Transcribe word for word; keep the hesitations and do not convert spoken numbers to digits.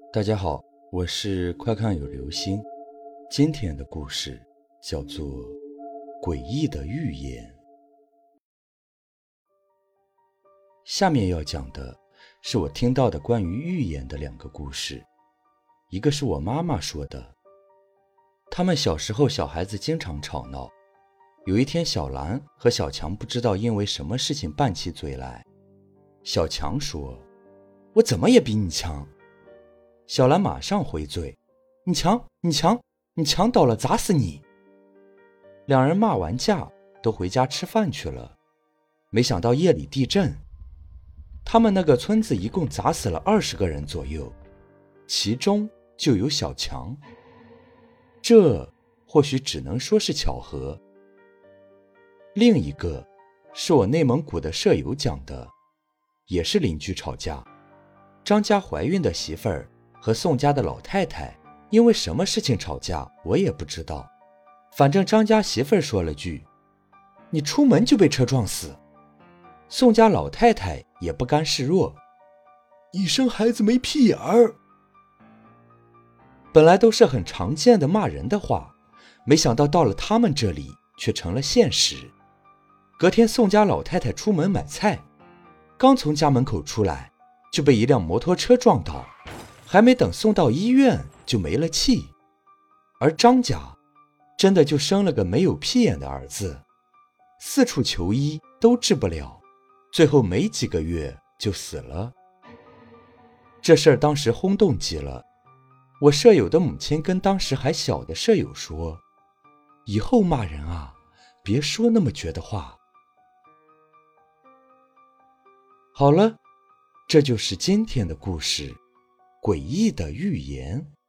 大家好，我是快看有流星。今天的故事叫做诡异的预言。下面要讲的是我听到的关于预言的两个故事，一个是我妈妈说的。他们小时候小孩子经常吵闹，有一天小兰和小强不知道因为什么事情拌起嘴来。小强说，我怎么也比你强。小兰马上回嘴，你强你强你强倒了砸死你。两人骂完架都回家吃饭去了。没想到夜里地震，他们那个村子一共砸死了二十个人左右，其中就有小强。这或许只能说是巧合。另一个是我内蒙古的舍友讲的，也是邻居吵架。张家怀孕的媳妇儿和宋家的老太太因为什么事情吵架我也不知道，反正张家媳妇儿说了句，你出门就被车撞死。宋家老太太也不甘示弱，你生孩子没屁眼儿。本来都是很常见的骂人的话，没想到到了他们这里却成了现实。隔天宋家老太太出门买菜，刚从家门口出来就被一辆摩托车撞倒，还没等送到医院就没了气。而张家真的就生了个没有屁眼的儿子，四处求医都治不了，最后没几个月就死了。这事儿当时轰动极了，我舍友的母亲跟当时还小的舍友说，以后骂人啊，别说那么绝的话。好了，这就是今天的故事，诡异的预言。